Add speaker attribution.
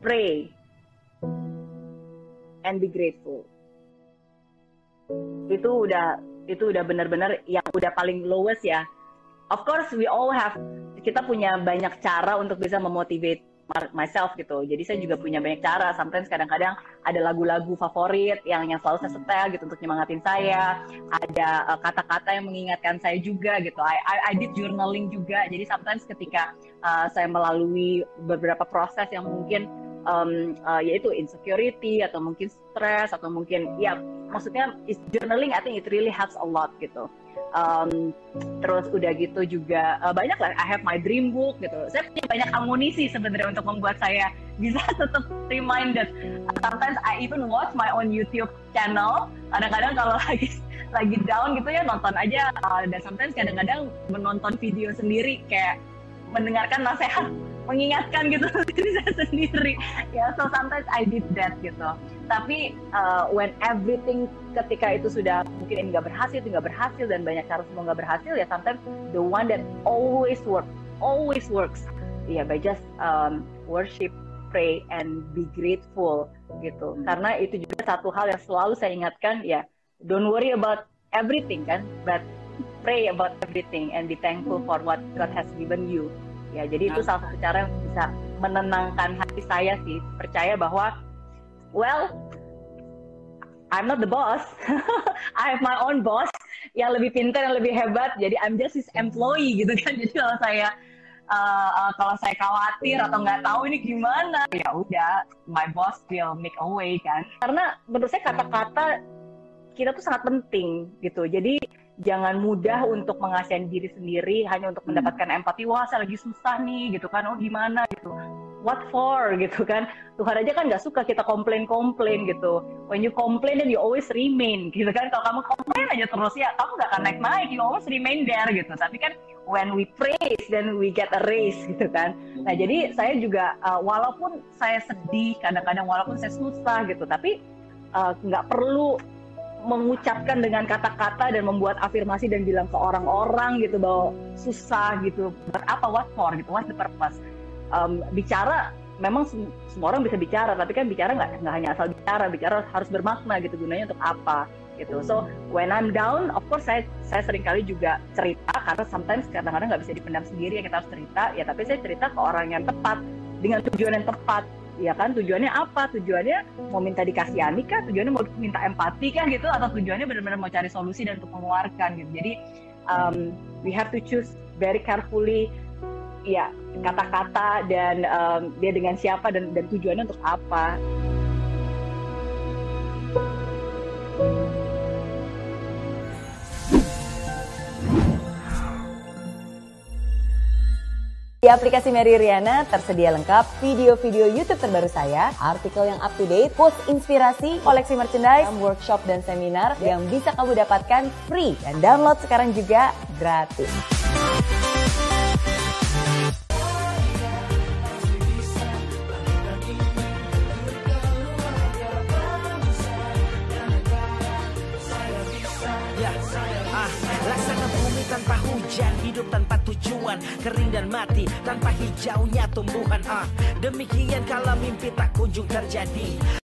Speaker 1: pray and be grateful. Itu udah benar-benar yang udah paling lowest ya. Of course kita punya banyak cara untuk bisa memotivate myself gitu. Jadi saya juga punya banyak cara. Sometimes kadang-kadang ada lagu-lagu favorit yang selalu saya setel gitu untuk nyemangatin saya. Ada kata-kata yang mengingatkan saya juga gitu. I did journaling juga. Jadi sometimes ketika saya melalui beberapa proses yang mungkin yaitu insecurity atau mungkin stress atau mungkin ya maksudnya journaling, I think it really helps a lot gitu. Terus udah gitu juga banyak lah, I have my dream book gitu. Saya punya banyak amunisi sebenarnya untuk membuat saya bisa tetap reminded. Sometimes I even watch my own YouTube channel. Kadang-kadang kalau lagi down gitu ya nonton aja. Dan sometimes kadang-kadang menonton video sendiri kayak mendengarkan nasihat mengingatkan gitu diri saya sendiri ya. So sometimes I did that gitu. Tapi when everything ketika itu sudah mungkin ini nggak berhasil dan banyak cara semua nggak berhasil ya, sometimes the one that always works ya by just worship, pray and be grateful gitu. Karena itu juga satu hal yang selalu saya ingatkan ya, don't worry about everything kan, but pray about everything and be thankful for what God has given you. Ya, jadi itu salah satu cara yang bisa menenangkan hati saya sih. Percaya bahwa, well, I'm not the boss. I have my own boss yang lebih pintar, yang lebih hebat. Jadi I'm just his employee gitu kan. Jadi kalau saya khawatir atau nggak tahu ini gimana, ya udah, my boss will make a way kan. Karena menurut saya kata-kata kita tuh sangat penting gitu. Jadi jangan mudah untuk mengasihani diri sendiri hanya untuk mendapatkan empati. Wah, saya lagi susah nih gitu kan, oh gimana gitu, what for gitu kan. Tuhan aja kan nggak suka kita komplain gitu. When you complain then you always remain gitu kan. Kalau kamu komplain aja terus ya kamu nggak akan naik, you always remain there gitu. Tapi kan when we praise then we get a raise gitu kan. Nah jadi saya juga walaupun saya sedih kadang-kadang, walaupun saya susah gitu, tapi nggak perlu mengucapkan dengan kata-kata dan membuat afirmasi dan bilang ke orang-orang gitu bahwa susah gitu, buat apa, what for gitu, what's the purpose. Bicara memang semua orang bisa bicara, tapi kan bicara nggak hanya asal bicara harus bermakna gitu, gunanya untuk apa gitu. So when I'm down, of course saya seringkali juga cerita, karena sometimes kadang-kadang nggak bisa dipendam sendiri ya, kita harus cerita ya, tapi saya cerita ke orang yang tepat dengan tujuan yang tepat. Ya kan, tujuannya apa? Tujuannya mau minta dikasihani kah? Tujuannya mau minta empati kah gitu? Atau tujuannya benar-benar mau cari solusi dan untuk mengeluarkan gitu. Jadi we have to choose very carefully ya kata-kata dan dia dengan siapa dan tujuannya untuk apa.
Speaker 2: Di aplikasi Mary Riana tersedia lengkap video-video YouTube terbaru saya, artikel yang up to date, post inspirasi, koleksi merchandise, workshop dan seminar yang bisa kamu dapatkan free dan download sekarang juga gratis.
Speaker 3: Laksana bumi tanpa hujan, hidup tanpa tujuan, kering dan mati tanpa hijaunya tumbuhan. Demikian kalau mimpi tak kunjung terjadi.